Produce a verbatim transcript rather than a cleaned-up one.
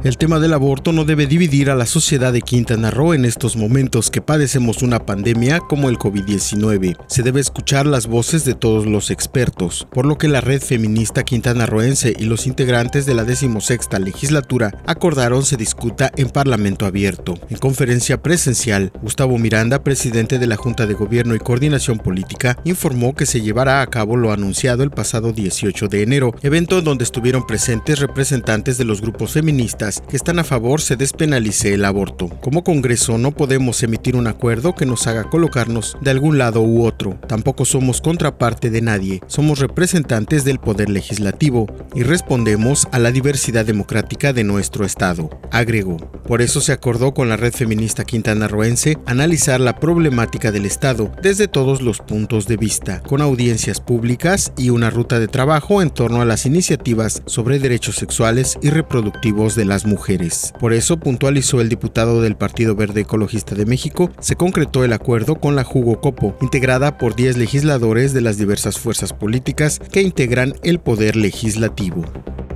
El tema del aborto no debe dividir a la sociedad de Quintana Roo en estos momentos que padecemos una pandemia como el COVID diecinueve. Se debe escuchar las voces de todos los expertos, por lo que la Red Feminista Quintanarroense y los integrantes de la decimosexta legislatura acordaron se discuta en Parlamento abierto. En conferencia presencial, Gustavo Miranda, presidente de la Junta de Gobierno y Coordinación Política, informó que se llevará a cabo lo anunciado el pasado dieciocho de enero, evento donde estuvieron presentes representantes de los grupos feministas que están a favor se despenalice el aborto. Como Congreso no podemos emitir un acuerdo que nos haga colocarnos de algún lado u otro. Tampoco somos contraparte de nadie, somos representantes del Poder Legislativo y respondemos a la diversidad democrática de nuestro Estado, agregó. Por eso se acordó con la Red Feminista Quintanarroense analizar la problemática del Estado desde todos los puntos de vista, con audiencias públicas y una ruta de trabajo en torno a las iniciativas sobre derechos sexuales y reproductivos de las mujeres. Por eso, puntualizó el diputado del Partido Verde Ecologista de México, se concretó el acuerdo con la Jugocopo, integrada por diez legisladores de las diversas fuerzas políticas que integran el Poder Legislativo.